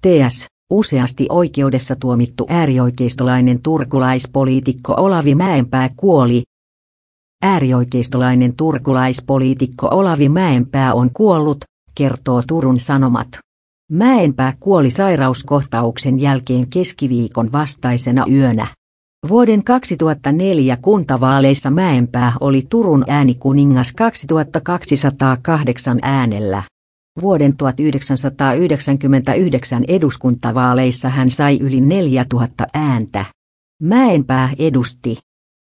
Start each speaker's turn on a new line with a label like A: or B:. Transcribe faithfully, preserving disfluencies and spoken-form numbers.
A: T S Useasti oikeudessa tuomittu äärioikeistolainen turkulaispoliitikko Olavi Mäenpää kuoli. Äärioikeistolainen turkulaispoliitikko Olavi Mäenpää on kuollut, kertoo Turun Sanomat. Mäenpää kuoli sairauskohtauksen jälkeen keskiviikon vastaisena yönä. Vuoden kaksituhattaneljä kuntavaaleissa Mäenpää oli Turun äänikuningas kaksituhattakaksisataakahdeksan äänellä. Vuoden tuhatyhdeksänsataayhdeksänkymmentäyhdeksän eduskuntavaaleissa hän sai yli neljätuhatta ääntä. Mäenpää edusti